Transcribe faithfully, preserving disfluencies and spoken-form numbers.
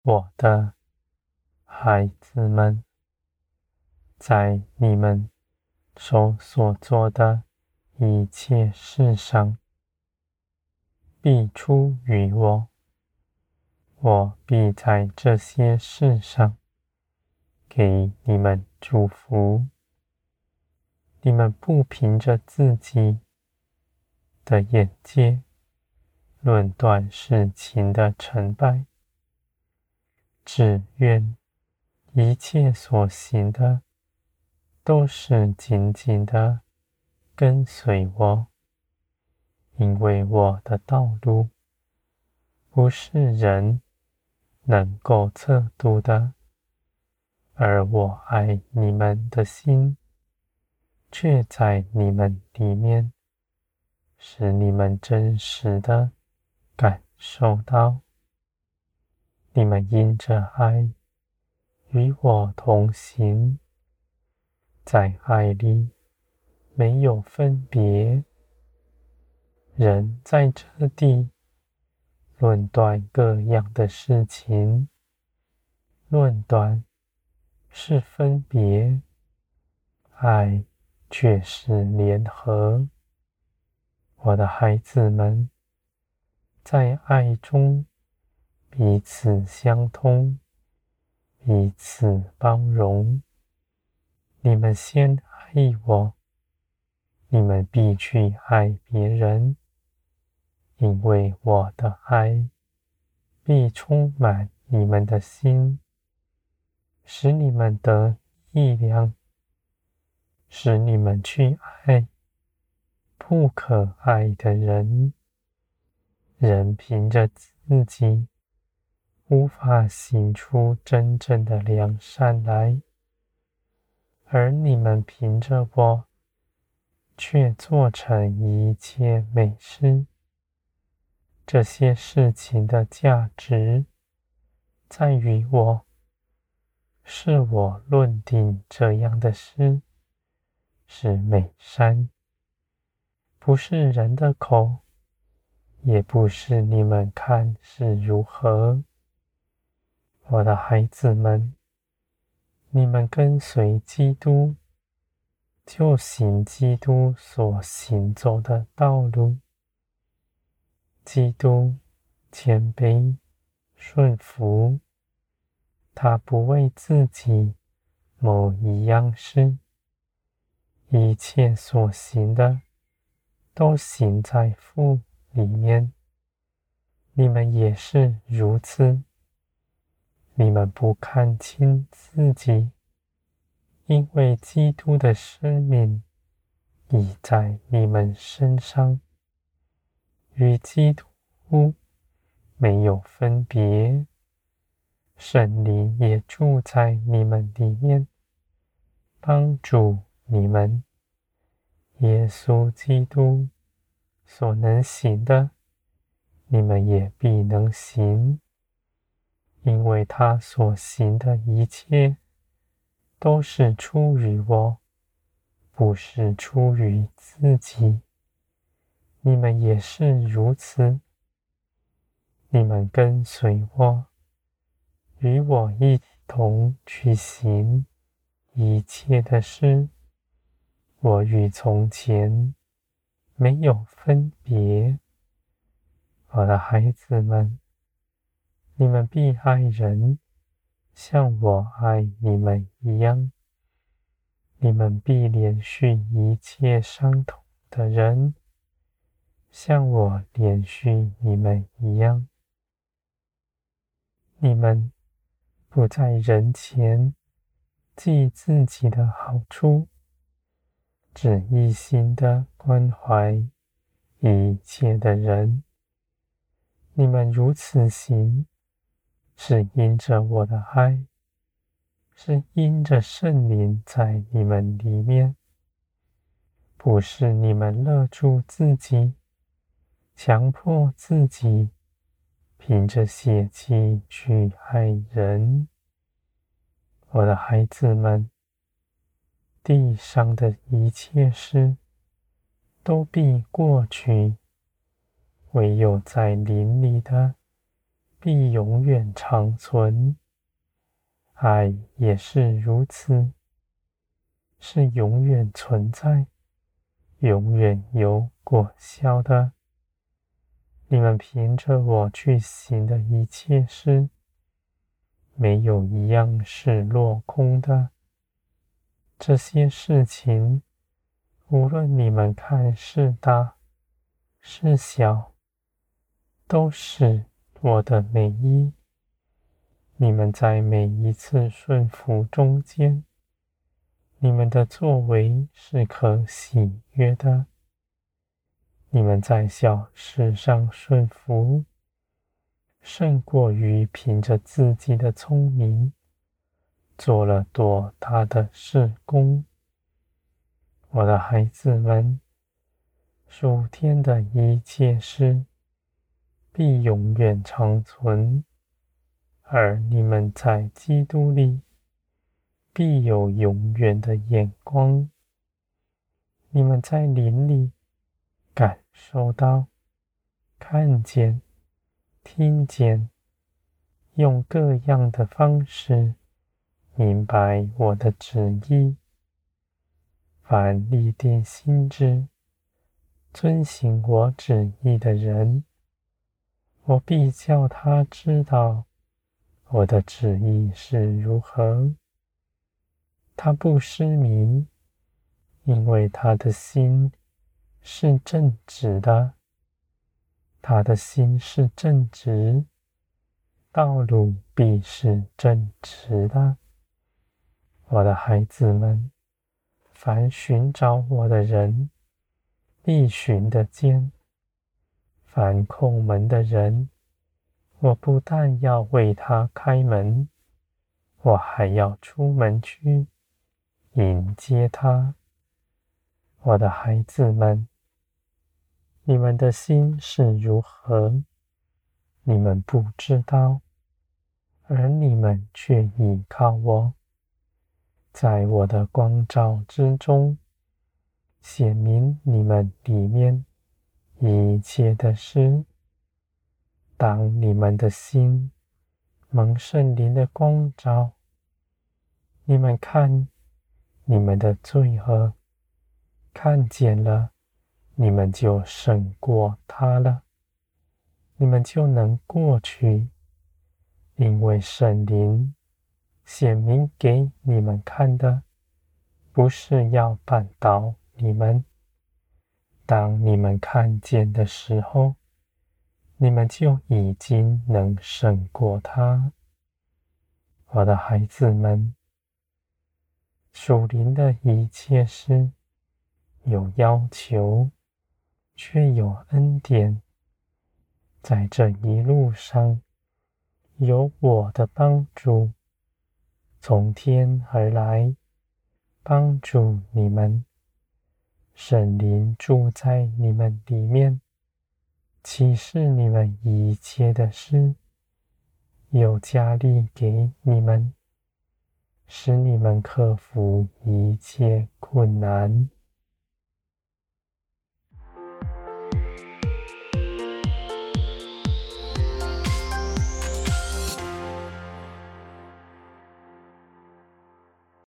我的孩子们，在你们手所做的一切事上，必出于我。我必在这些事上给你们祝福。你们不凭着自己的眼界论断事情的成败，只愿一切所行的都是紧紧的跟随我，因为我的道路不是人能够测度的，而我爱你们的心却在你们里面，使你们真实的感受到，你们因着爱与我同行，在爱里没有分别。人在这地论断各样的事情，论断是分别，爱却是联合。我的孩子们，在爱中彼此相通，彼此包容。你们先爱我，你们必去爱别人，因为我的爱必充满你们的心，使你们得力量，使你们去爱不可爱的人。人凭着自己无法行出真正的良善来，而你们凭着我却做成一切美事。这些事情的价值在于我，是我论定这样的事是美善，不是人的口，也不是你们看是如何。我的孩子们，你们跟随基督，就行基督所行走的道路。基督谦卑顺服，他不为自己谋一样事，一切所行的都行在父里面。你们也是如此。你们不看轻自己，因为基督的生命已在你们身上，与基督没有分别。圣灵也住在你们里面，帮助你们。耶稣基督所能行的，你们也必能行，因为他所行的一切都是出于我，不是出于自己。你们也是如此。你们跟随我，与我一同去行一切的事。我与从前没有分别。我的孩子们，你们必爱人，像我爱你们一样。你们必怜恤一切伤痛的人，像我怜恤你们一样。你们不在人前记自己的好处，只一心的关怀一切的人。你们如此行，是因着我的爱，是因着圣灵在你们里面，不是你们勒住自己，强迫自己凭着血气去爱人。我的孩子们，地上的一切事都必过去，唯有在灵里的必永远长存。爱也是如此，是永远存在，永远有果效的。你们凭着我去行的一切事，没有一样是落空的。这些事情，无论你们看是大是小，都是我的美意。你们在每一次顺服中间，你们的作为是可喜悦的。你们在小事上顺服，胜过于凭着自己的聪明做了多大的事工。我的孩子们，属天的一切事必永远长存，而你们在基督里必有永远的眼光。你们在灵里感受到、看见、听见，用各样的方式明白我的旨意。凡立定心志，遵行我旨意的人，我必叫他知道我的旨意是如何。他不失迷，因为他的心是正直的。他的心是正直，道路必是正直的。我的孩子们，凡寻找我的人，必寻得见；凡叩门的人，我不但要为他开门，我还要出门去迎接他。我的孩子们，你们的心是如何，你们不知道，而你们却倚靠我，在我的光照之中，显明你们里面一切的事。当你们的心蒙圣灵的光照，你们看你们的罪恶，看见了，你们就胜过他了，你们就能过去，因为圣灵显明给你们看的，不是要绊倒你们。当你们看见的时候，你们就已经能胜过他。我的孩子们，属灵的一切事有要求，却有恩典。在这一路上，有我的帮助，从天而来，帮助你们。圣灵住在你们里面，启示你们一切的事，有加力给你们，使你们克服一切困难。